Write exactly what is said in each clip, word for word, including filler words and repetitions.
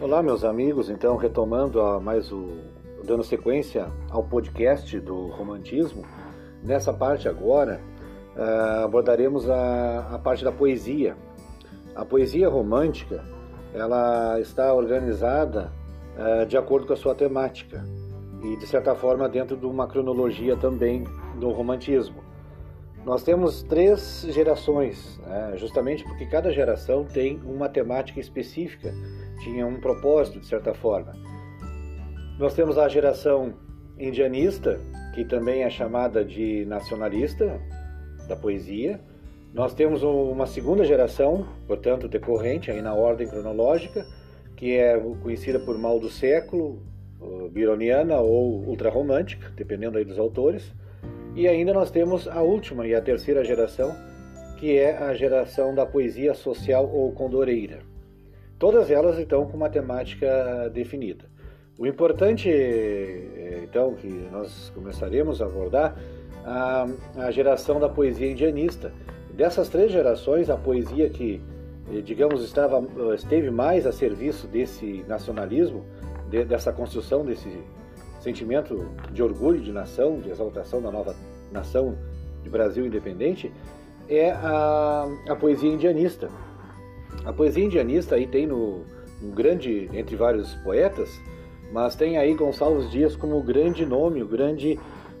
Olá, meus amigos. Então, retomando a mais o dando sequência ao podcast do romantismo, nessa parte agora uh, abordaremos a, a parte da poesia. A poesia romântica, ela está organizada uh, de acordo com a sua temática e, de certa forma, dentro de uma cronologia também do romantismo. Nós temos três gerações, né? Justamente porque cada geração tem uma temática específica, tinha um propósito, de certa forma. Nós temos a geração indianista, que também é chamada de nacionalista da poesia. Nós temos uma segunda geração, portanto decorrente, aí na ordem cronológica, que é conhecida por mal do século, byroniana ou ultrarromântica, dependendo aí dos autores. E ainda nós temos a última e a terceira geração, que é a geração da poesia social ou condoreira. Todas elas, então, com uma temática definida. O importante, então, que nós começaremos a abordar, a, a geração da poesia indianista. Dessas três gerações, a poesia que, digamos, estava, esteve mais a serviço desse nacionalismo, de, dessa construção desse sentimento de orgulho de nação, de exaltação da nova nação de Brasil independente, é a, a poesia indianista. A poesia indianista aí tem no, um grande, entre vários poetas, mas tem aí Gonçalves Dias como o grande nome, o grande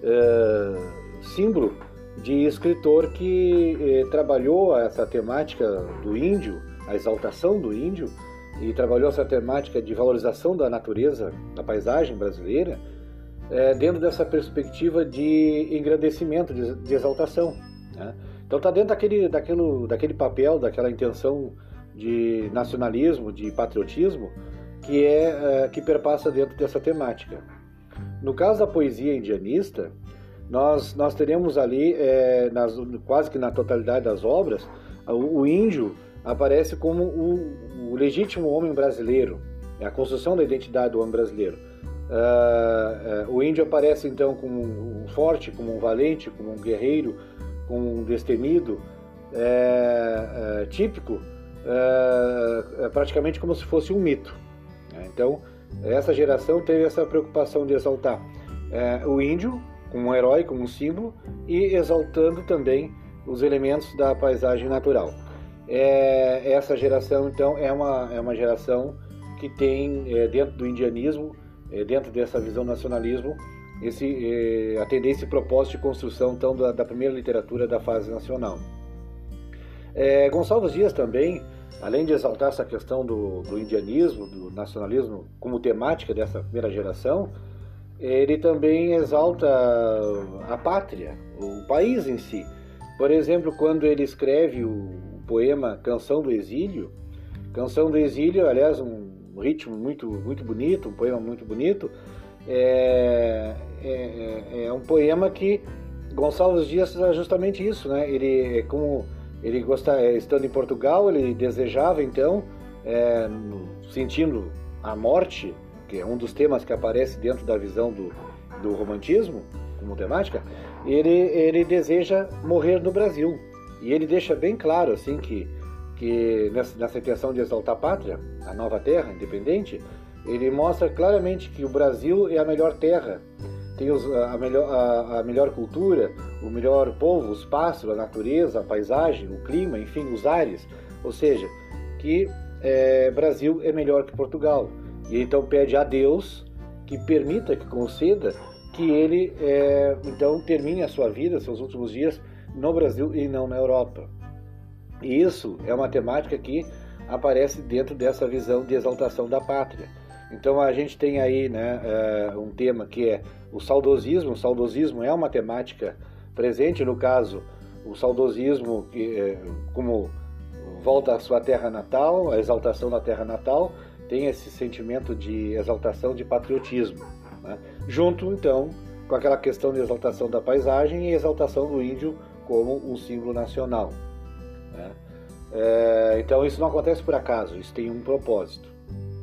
uh, símbolo de escritor que eh, trabalhou essa temática do índio, a exaltação do índio, e trabalhou essa temática de valorização da natureza, da paisagem brasileira, é, dentro dessa perspectiva de engrandecimento, de, de exaltação, né? Então está dentro daquele, daquele, daquele papel, daquela intenção de nacionalismo, de patriotismo, que, é, é, que perpassa dentro dessa temática. No caso da poesia indianista, nós, nós teremos ali, é, nas, quase que na totalidade das obras, o, o índio aparece como o, o legítimo homem brasileiro, é a construção da identidade do homem brasileiro. Uh, uh, o índio aparece então como um forte, como um valente, como um guerreiro, como um destemido, é, é, típico, é, é praticamente como se fosse um mito, né? Então, essa geração teve essa preocupação de exaltar é, o índio como um herói, como um símbolo, e exaltando também os elementos da paisagem natural. É, essa geração, então, é uma, é uma geração que tem, é, dentro do indianismo, é, dentro dessa visão nacionalismo, esse, é, atender esse propósito de construção então, da, da primeira literatura da fase nacional. É, Gonçalves Dias também, além de exaltar essa questão do, do indianismo, do nacionalismo como temática dessa primeira geração, ele também exalta a pátria, o país em si. Por exemplo, quando ele escreve o poema Canção do Exílio, Canção do Exílio, aliás, um ritmo muito, muito bonito, um poema muito bonito, é, é, é um poema que Gonçalves Dias é justamente isso, né? Ele, como ele gosta, estando em Portugal, ele desejava então, é, sentindo a morte, que é um dos temas que aparece dentro da visão do, do romantismo como temática, ele, ele deseja morrer no Brasil. E ele deixa bem claro assim que, que nessa, nessa intenção de exaltar a pátria, a nova terra independente, ele mostra claramente que o Brasil é a melhor terra, tem os, a, melhor, a, a melhor cultura, o melhor povo, os pássaros, a natureza, a paisagem, o clima, enfim, os ares. Ou seja, que é, Brasil é melhor que Portugal. E então pede a Deus que permita, que conceda, que ele é, então termine a sua vida, seus últimos dias, no Brasil e não na Europa. E isso é uma temática que aparece dentro dessa visão de exaltação da pátria. Então a gente tem aí, né, um tema que é o saudosismo. O saudosismo é uma temática presente, no caso, o saudosismo que, como volta à sua terra natal, a exaltação da terra natal, tem esse sentimento de exaltação de patriotismo, né? Junto, então, com aquela questão de exaltação da paisagem e exaltação do índio como um símbolo nacional, né? É, então isso não acontece por acaso, isso tem um propósito.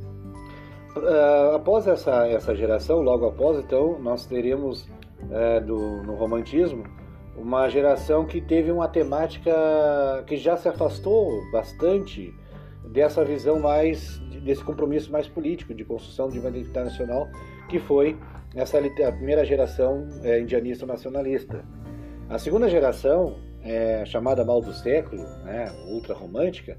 Uh, após essa, essa geração, logo após, então, nós teremos uh, do, no romantismo uma geração que teve uma temática que já se afastou bastante dessa visão mais, desse compromisso mais político, de construção de uma identidade nacional, que foi essa, a primeira geração é, indianista nacionalista. A segunda geração, é, chamada Mal do Século, né, ultra-romântica,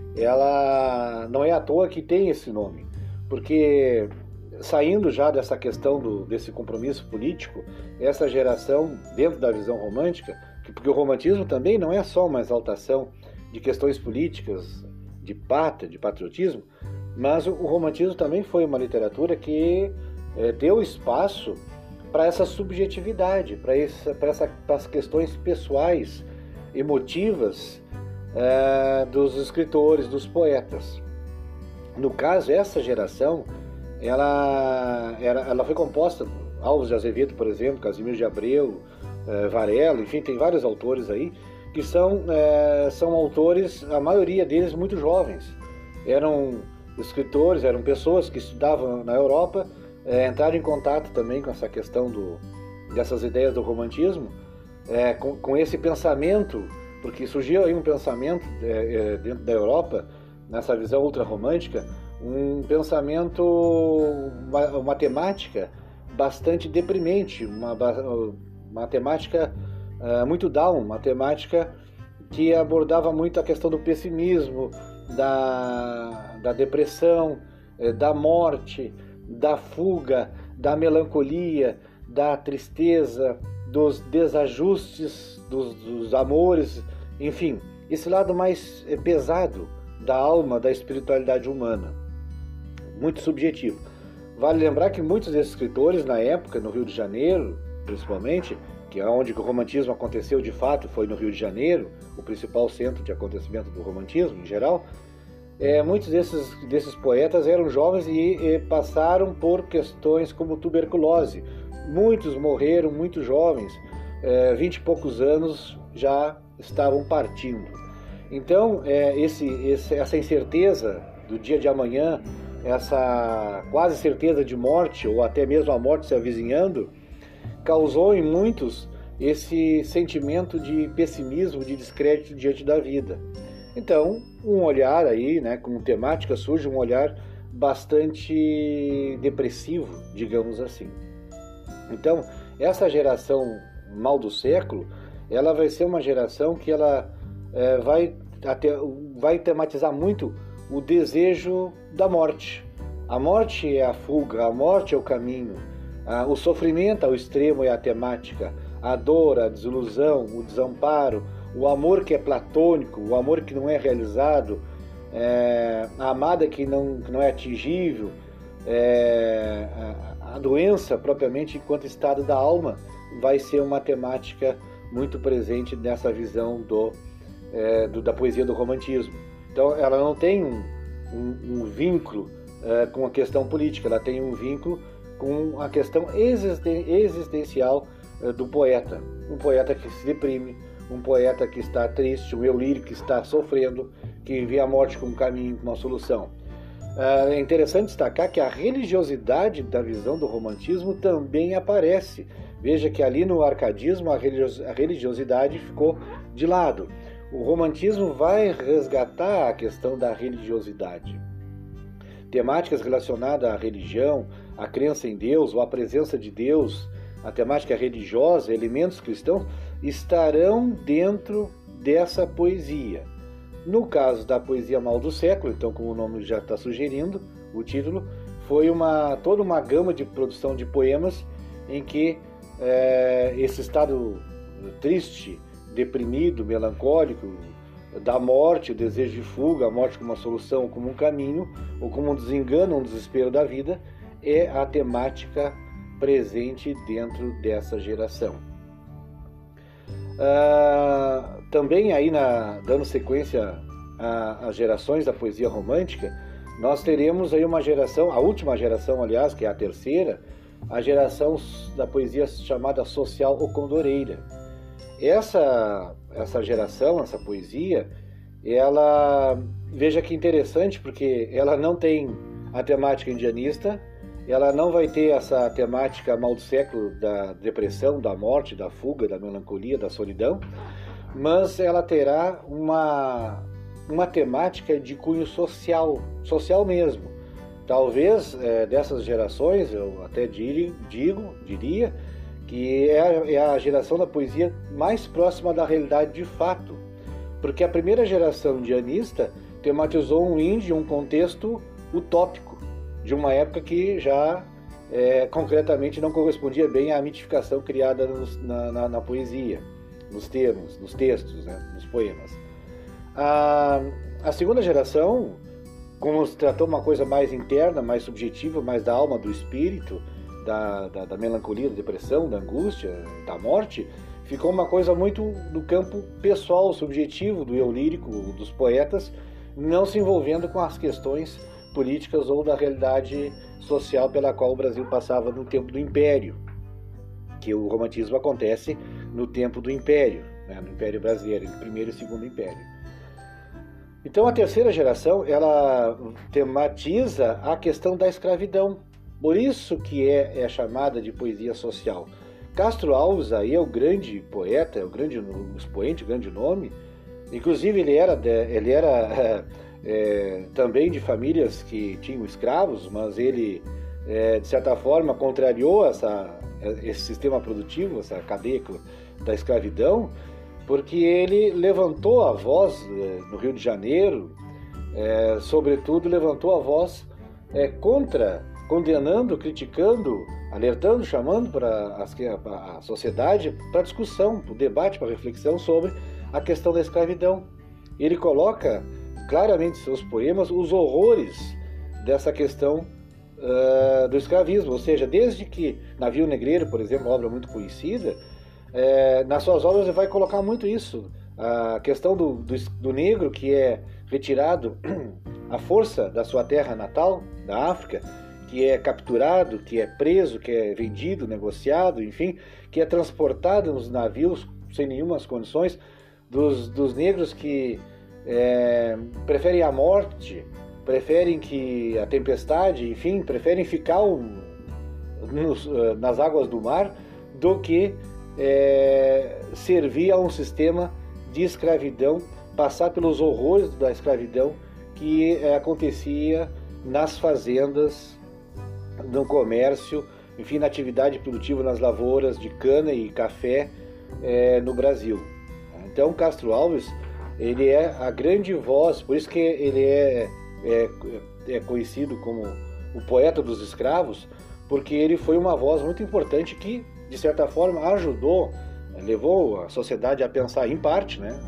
ela não é à toa que tem esse nome, porque saindo já dessa questão do, desse compromisso político, essa geração, dentro da visão romântica, porque o romantismo também não é só uma exaltação de questões políticas, de pátria, de patriotismo, mas o romantismo também foi uma literatura que é, deu espaço para essa subjetividade, para essa, para essa, para as questões pessoais, emotivas é, dos escritores, dos poetas. No caso, essa geração, ela, ela, ela foi composta, Alves de Azevedo, por exemplo, Casimiro de Abreu, é, Varela, enfim, tem vários autores aí, que são, é, são autores, a maioria deles muito jovens. Eram escritores, eram pessoas que estudavam na Europa, é, entraram em contato também com essa questão do, dessas ideias do romantismo, é, com, com esse pensamento, porque surgiu aí um pensamento é, é, dentro da Europa, nessa visão ultra-romântica, um pensamento, uma, uma temática bastante deprimente, uma, uma temática uh, muito down, uma temática que abordava muito a questão do pessimismo, da, da depressão, eh, da morte, da fuga, da melancolia, da tristeza, dos desajustes, dos, dos amores, enfim, esse lado mais pesado da alma, da espiritualidade humana, muito subjetivo. Vale lembrar que muitos desses escritores, na época, no Rio de Janeiro, principalmente, que é onde o romantismo aconteceu de fato, foi no Rio de Janeiro, o principal centro de acontecimento do romantismo em geral, é, muitos desses, desses poetas eram jovens e, e passaram por questões como tuberculose. Muitos morreram muito jovens, é, vinte e poucos anos já estavam partindo. Então, é, esse, esse, essa incerteza do dia de amanhã, essa quase certeza de morte, ou até mesmo a morte se avizinhando, causou em muitos esse sentimento de pessimismo, de descrédito diante da vida. Então, um olhar aí, né, com temática, surge um olhar bastante depressivo, digamos assim. Então, essa geração mal do século, ela vai ser uma geração que ela é, vai, até, vai tematizar muito o desejo da morte. A morte é a fuga, a morte é o caminho, a, o sofrimento ao extremo é a temática, a dor, a desilusão, o desamparo, o amor que é platônico, o amor que não é realizado, é, a amada que não, que não é atingível, é, a, a doença propriamente enquanto estado da alma vai ser uma temática muito presente nessa visão do, é, do, da poesia do romantismo. Então ela não tem um, um, um vínculo é, com a questão política, ela tem um vínculo com a questão existen, existencial é, do poeta. Um poeta que se deprime, um poeta que está triste, um eu lírico que está sofrendo, que vê a morte como um caminho, como uma solução. É interessante destacar que a religiosidade da visão do romantismo também aparece. Veja que ali no arcadismo a religiosidade ficou de lado. O romantismo vai resgatar a questão da religiosidade. Temáticas relacionadas à religião, à crença em Deus, ou à presença de Deus, a temática religiosa, elementos cristãos, estarão dentro dessa poesia. No caso da poesia Mal do Século, então, como o nome já está sugerindo, o título, foi uma, toda uma gama de produção de poemas em que é, esse estado triste, deprimido, melancólico, da morte, o desejo de fuga, a morte como uma solução, como um caminho, ou como um desengano, um desespero da vida, é a temática presente dentro dessa geração. Ah, também aí, na, dando sequência às gerações da poesia romântica, nós teremos aí uma geração, a última geração, aliás, que é a terceira, a geração da poesia chamada social ou condoreira. Essa, essa geração, essa poesia, ela, veja que interessante, porque ela não tem a temática indianista, ela não vai ter essa temática mal do século da depressão, da morte, da fuga, da melancolia, da solidão, mas ela terá uma, uma temática de cunho social, social mesmo. Talvez é, dessas gerações, eu até digo, digo diria, que é a, é a geração da poesia mais próxima da realidade de fato, porque a primeira geração indianista tematizou um índio em um contexto utópico, de uma época que já é, concretamente não correspondia bem à mitificação criada nos, na, na, na poesia, nos termos, nos textos, né, nos poemas. A, a segunda geração, como se tratou uma coisa mais interna, mais subjetiva, mais da alma, do espírito, da, da, da melancolia, da depressão, da angústia, da morte, ficou uma coisa muito no campo pessoal, subjetivo, do eu lírico, dos poetas, não se envolvendo com as questões políticas ou da realidade social pela qual o Brasil passava no tempo do Império, que o romantismo acontece no tempo do Império, né, no Império Brasileiro, no primeiro e segundo Império. Então a terceira geração, ela tematiza a questão da escravidão, por isso que é, é chamada de poesia social. Castro Alves aí é o grande poeta, é o grande expoente, o grande nome. Inclusive ele era, de, ele era é, é, também de famílias que tinham escravos, mas ele, é, de certa forma, contrariou essa, esse sistema produtivo, essa cadeia da escravidão, porque ele levantou a voz é, no Rio de Janeiro, é, sobretudo levantou a voz é, contra, condenando, criticando, alertando, chamando para a sociedade para discussão, para o debate, para a reflexão sobre a questão da escravidão. Ele coloca claramente em seus poemas os horrores dessa questão uh, do escravismo, ou seja, desde que Navio Negreiro, por exemplo, uma obra muito conhecida, é, nas suas obras ele vai colocar muito isso, a questão do, do, do negro que é retirado à força da sua terra natal, da África, que é capturado, que é preso, que é vendido, negociado, enfim, que é transportado nos navios sem nenhumas condições, dos, dos negros que é, preferem a morte, preferem que a tempestade, enfim, preferem ficar um, nos, nas águas do mar do que é, servir a um sistema de escravidão, passar pelos horrores da escravidão que é, acontecia nas fazendas, no comércio, enfim, na atividade produtiva nas lavouras de cana e café é, no Brasil. Então, Castro Alves, ele é a grande voz, por isso que ele é, é, é conhecido como o poeta dos escravos, porque ele foi uma voz muito importante que, de certa forma, ajudou, levou a sociedade a pensar, em parte, né,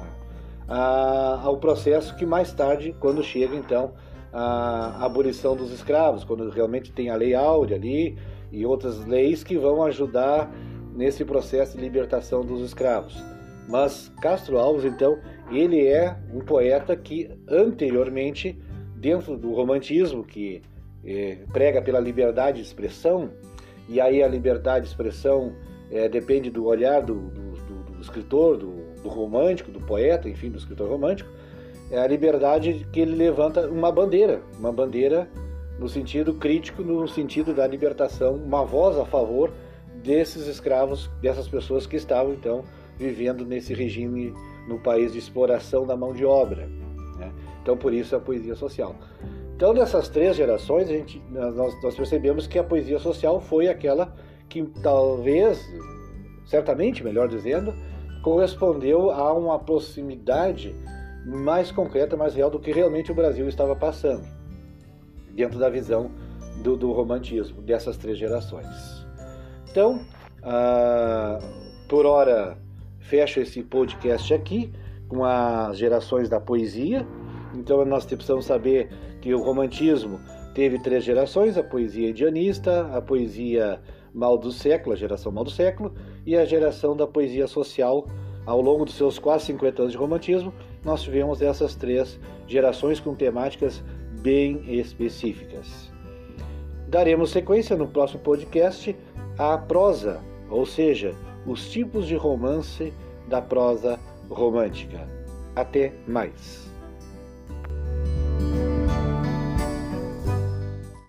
a, ao processo que mais tarde, quando chega, então, a abolição dos escravos, quando realmente tem a Lei Áurea ali e outras leis que vão ajudar nesse processo de libertação dos escravos. Mas Castro Alves, então, ele é um poeta que anteriormente, dentro do romantismo, que eh, prega pela liberdade de expressão, e aí a liberdade de expressão eh, depende do olhar do, do, do, do escritor, do, do romântico, do poeta, enfim, do escritor romântico, é a liberdade que ele levanta uma bandeira, uma bandeira no sentido crítico, no sentido da libertação, uma voz a favor desses escravos, dessas pessoas que estavam, então, vivendo nesse regime no país de exploração da mão de obra, né? Então, por isso, a poesia social. Então, dessas três gerações, a gente, nós, nós percebemos que a poesia social foi aquela que talvez, certamente, melhor dizendo, correspondeu a uma proximidade mais concreta, mais real do que realmente o Brasil estava passando, dentro da visão do, do romantismo, dessas três gerações. Então, ah, por hora, fecho esse podcast aqui, com as gerações da poesia. Então, nós precisamos saber que o romantismo teve três gerações: a poesia indianista, a poesia mal do século, a geração mal do século, e a geração da poesia social. Ao longo dos seus quase cinquenta anos de romantismo, nós tivemos essas três gerações com temáticas bem específicas. Daremos sequência no próximo podcast à prosa, ou seja, os tipos de romance da prosa romântica. Até mais!